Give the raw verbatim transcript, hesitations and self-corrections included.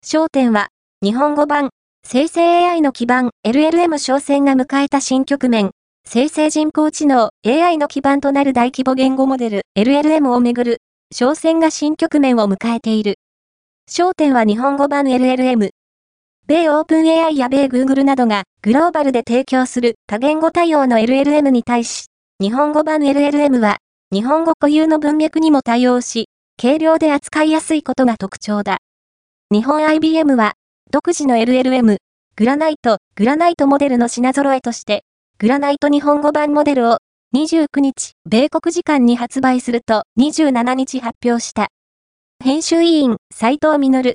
焦点は、日本語版、生成 エーアイ の基盤 エルエルエム 商戦が迎えた新局面、生成人工知能 エーアイ の基盤となる大規模言語モデル エルエルエム をめぐる、商戦が新局面を迎えている。焦点は日本語版 エルエルエム。米オープン エーアイ や米 Google などがグローバルで提供する多言語対応の エルエルエム に対し、日本語版 エルエルエム は日本語固有の文脈にも対応し、軽量で扱いやすいことが特徴だ。日本 アイビーエム は独自の エルエルエム、グラナイト、グラナイトモデルの品揃えとして、グラナイト日本語版モデルをにじゅうくにち、米国時間に発売するとにじゅうしちにち発表した。編集委員、斉藤実